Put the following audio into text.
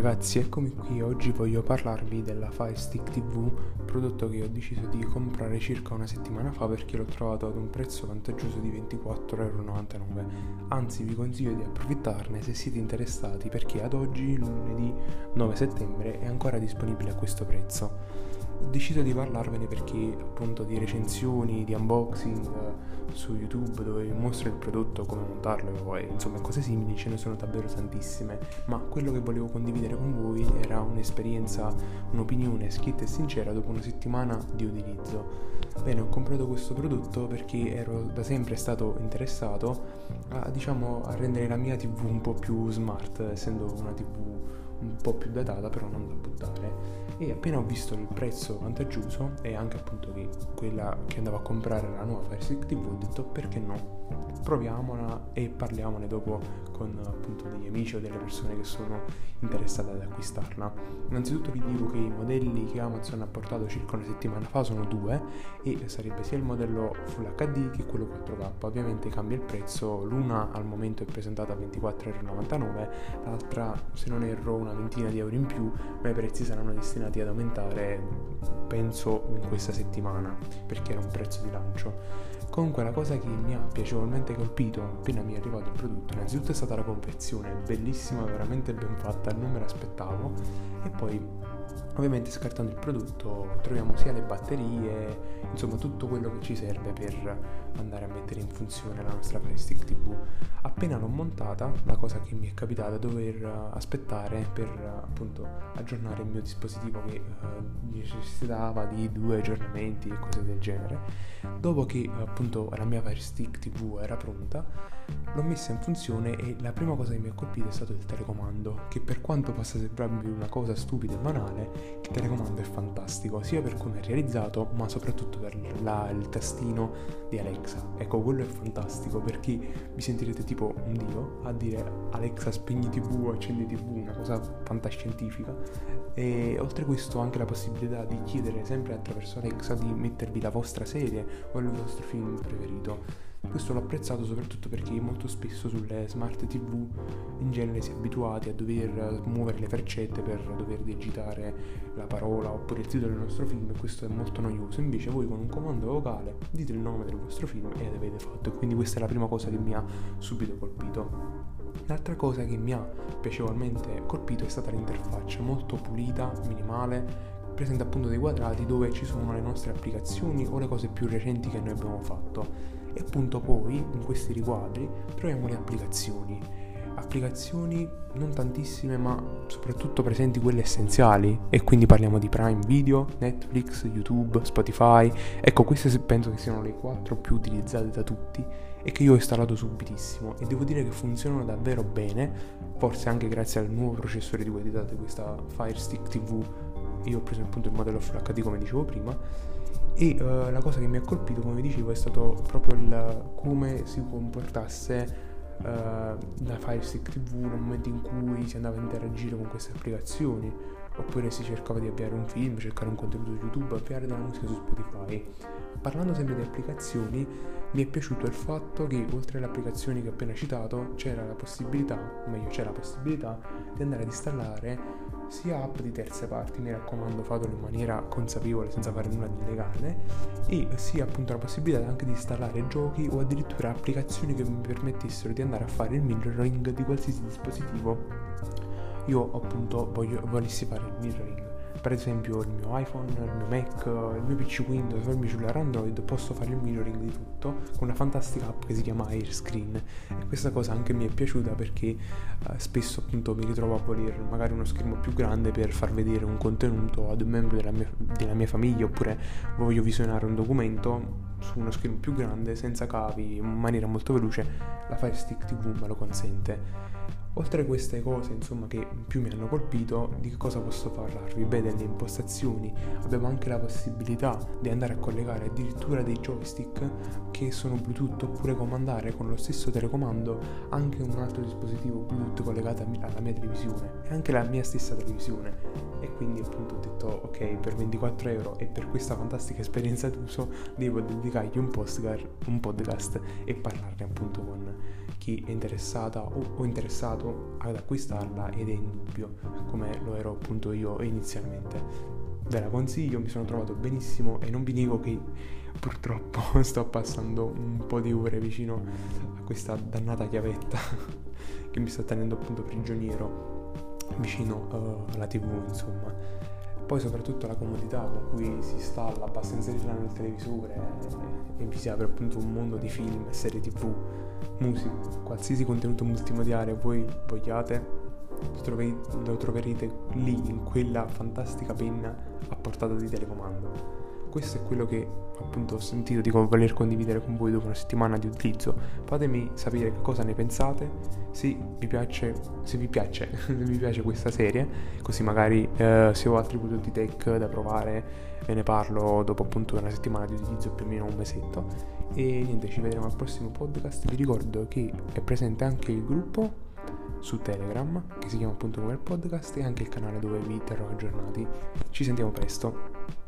ragazzi, eccomi qui. Oggi voglio parlarvi della Fire Stick TV, prodotto che ho deciso di comprare circa una settimana fa perché l'ho trovato ad un prezzo vantaggioso di 24,99 €. Anzi, vi consiglio di approfittarne se siete interessati perché ad oggi, lunedì 9 settembre, è ancora disponibile a questo prezzo. Ho deciso di parlarvene perché appunto di recensioni, di unboxing su YouTube dove vi mostro il prodotto, come montarlo e insomma cose simili ce ne sono davvero tantissime, ma quello che volevo condividere con voi era un'esperienza, un'opinione schietta e sincera dopo una settimana di utilizzo. Bene, ho comprato questo prodotto perché ero da sempre stato interessato a rendere la mia TV un po' più smart, essendo una TV un po' più datata però non da buttare. E appena ho visto il prezzo vantaggioso e anche appunto che quella che andavo a comprare era la nuova Fire Stick TV, ho detto perché no, proviamola e parliamone dopo con appunto degli amici o delle persone che sono interessate ad acquistarla. Innanzitutto vi dico che i modelli che Amazon ha portato circa una settimana fa sono due e sarebbe sia il modello Full HD che quello 4K. Ovviamente cambia il prezzo, l'una al momento è presentata a 24,99 €, l'altra, se non erro, una ventina di euro in più, ma i prezzi saranno destinati ad aumentare penso in questa settimana perché era un prezzo di lancio. Comunque la cosa che mi ha piacevolmente colpito appena mi è arrivato il prodotto innanzitutto è stata la confezione, bellissima, veramente ben fatta, non me l'aspettavo. E poi ovviamente scartando il prodotto troviamo sia le batterie, insomma tutto quello che ci serve per andare a mettere in funzione la nostra Fire Stick TV. Appena l'ho montata, la cosa che mi è capitata è dover aspettare per appunto aggiornare il mio dispositivo che necessitava di 2 aggiornamenti e cose del genere. Dopo che appunto la mia Fire Stick TV era pronta, l'ho messa in funzione e la prima cosa che mi ha colpito è stato il telecomando, che per quanto possa sembrarmi una cosa stupida e banale, il telecomando è fantastico, sia per come è realizzato, ma soprattutto per il tastino di Alexa. Ecco, quello è fantastico perché vi sentirete tipo un dio a dire Alexa spegni TV, accendi TV, una cosa fantascientifica. E oltre a questo anche la possibilità di chiedere sempre attraverso Alexa di mettervi la vostra serie o il vostro film preferito. Questo l'ho apprezzato soprattutto perché molto spesso sulle smart TV in genere si è abituati a dover muovere le freccette per dover digitare la parola oppure il titolo del nostro film, e questo è molto noioso. Invece voi con un comando vocale dite il nome del vostro film e l'avete fatto, e quindi questa è la prima cosa che mi ha subito colpito. L'altra cosa che mi ha piacevolmente colpito è stata l'interfaccia, molto pulita, minimale, presenta appunto dei quadrati dove ci sono le nostre applicazioni o le cose più recenti che noi abbiamo fatto. E appunto poi in questi riquadri troviamo le applicazioni non tantissime ma soprattutto presenti quelle essenziali, e quindi parliamo di Prime Video, Netflix, YouTube, Spotify. Ecco, queste penso che siano le 4 più utilizzate da tutti e che io ho installato subitissimo e devo dire che funzionano davvero bene, forse anche grazie al nuovo processore di cui è dotata questa Fire Stick TV. Io ho preso appunto il modello Full HD come dicevo prima. E la cosa che mi ha colpito, come vi dicevo, è stato proprio come si comportasse la Fire Stick TV nel momento in cui si andava a interagire con queste applicazioni, oppure si cercava di avviare un film, cercare un contenuto su YouTube, avviare della musica su Spotify. Parlando sempre di applicazioni, mi è piaciuto il fatto che oltre alle applicazioni che ho appena citato c'è la possibilità di andare ad installare sia app di terze parti, mi raccomando fatelo in maniera consapevole senza fare nulla di illegale, e sia appunto la possibilità anche di installare giochi o addirittura applicazioni che mi permettessero di andare a fare il mirroring di qualsiasi dispositivo io appunto volessi fare il mirroring. Per esempio il mio iPhone, il mio Mac, il mio PC Windows o il mio cellulare Android, posso fare il mirroring di tutto con una fantastica app che si chiama AirScreen, e questa cosa anche mi è piaciuta perché spesso appunto mi ritrovo a voler magari uno schermo più grande per far vedere un contenuto ad un membro della mia famiglia, oppure voglio visionare un documento su uno schermo più grande senza cavi in maniera molto veloce. La Fire Stick TV me lo consente. Oltre a queste cose, insomma, che più mi hanno colpito, di che cosa posso parlarvi? Beh, delle impostazioni. Abbiamo anche la possibilità di andare a collegare addirittura dei joystick che sono Bluetooth, oppure comandare con lo stesso telecomando anche un altro dispositivo Bluetooth collegato alla mia televisione e anche la mia stessa televisione. E quindi appunto ho detto ok, per 24 euro e per questa fantastica esperienza d'uso devo dedicargli un podcast e parlarne appunto con chi è interessata o interessato pronto ad acquistarla ed è indubbio, come lo ero appunto io inizialmente. Ve la consiglio, mi sono trovato benissimo e non vi nego che purtroppo sto passando un po' di ore vicino a questa dannata chiavetta che mi sta tenendo appunto prigioniero vicino alla TV, insomma. Poi soprattutto la comodità con cui si installa, basta inserirla nel televisore e vi si apre appunto un mondo di film, serie TV, musica, qualsiasi contenuto multimediale voi vogliate, lo troverete lì in quella fantastica penna a portata di telecomando. Questo è quello che appunto ho sentito di voler condividere con voi dopo una settimana di utilizzo. Fatemi sapere cosa ne pensate, se vi piace se vi piace questa serie, così magari se ho altri prodotti tech da provare ve ne parlo dopo appunto una settimana di utilizzo, più o meno un mesetto. E niente, ci vedremo al prossimo podcast. Vi ricordo che è presente anche il gruppo su Telegram che si chiama appunto come il podcast, e anche il canale dove vi terrò aggiornati. Ci sentiamo presto.